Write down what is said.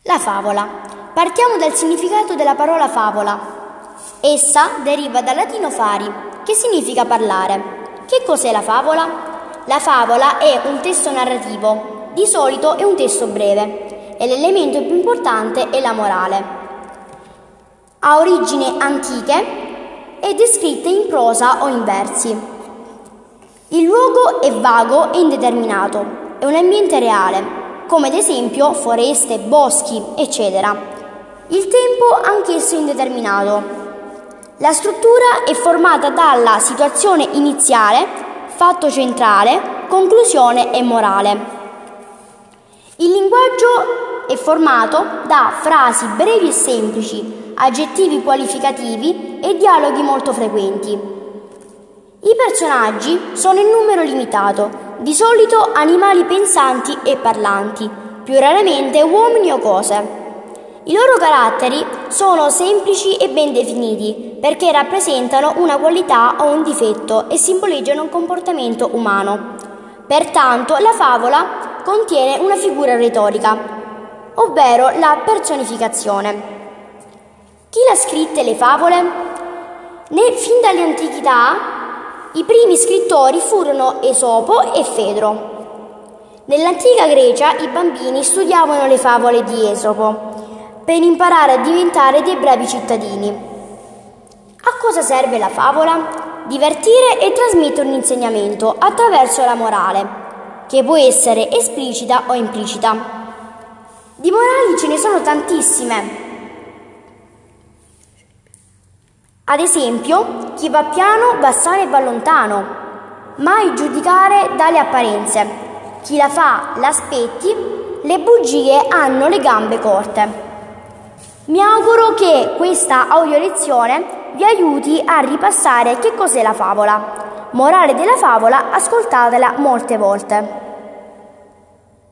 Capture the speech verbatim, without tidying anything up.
La favola. Partiamo dal significato della parola favola. Essa deriva dal latino fari, che significa parlare. Che cos'è la favola? La favola è un testo narrativo, di solito è un testo breve, e l'elemento più importante è la morale. Ha origini antiche ed è scritta in prosa o in versi. Il luogo è vago e indeterminato, è un ambiente reale, come ad esempio foreste, boschi, eccetera. Il tempo anch'esso è indeterminato. La struttura è formata dalla situazione iniziale, fatto centrale, conclusione e morale. Il linguaggio è formato da frasi brevi e semplici, aggettivi qualificativi e dialoghi molto frequenti. I personaggi sono in numero limitato, di solito animali pensanti e parlanti, più raramente uomini o cose. I loro caratteri sono semplici e ben definiti perché rappresentano una qualità o un difetto e simboleggiano un comportamento umano. Pertanto la favola contiene una figura retorica, ovvero la personificazione. Chi l'ha scritte le favole? Ne, fin dall'antichità i primi scrittori furono Esopo e Fedro. Nell'antica Grecia i bambini studiavano le favole di Esopo per imparare a diventare dei bravi cittadini. A cosa serve la favola? Divertire e trasmettere un insegnamento attraverso la morale, che può essere esplicita o implicita. Di morali ce ne sono tantissime. Ad esempio, chi va piano va sano e va lontano. Mai giudicare dalle apparenze. Chi la fa l'aspetti, le bugie hanno le gambe corte. Mi auguro che questa audio lezione vi aiuti a ripassare che cos'è la favola. Morale della favola, ascoltatela molte volte.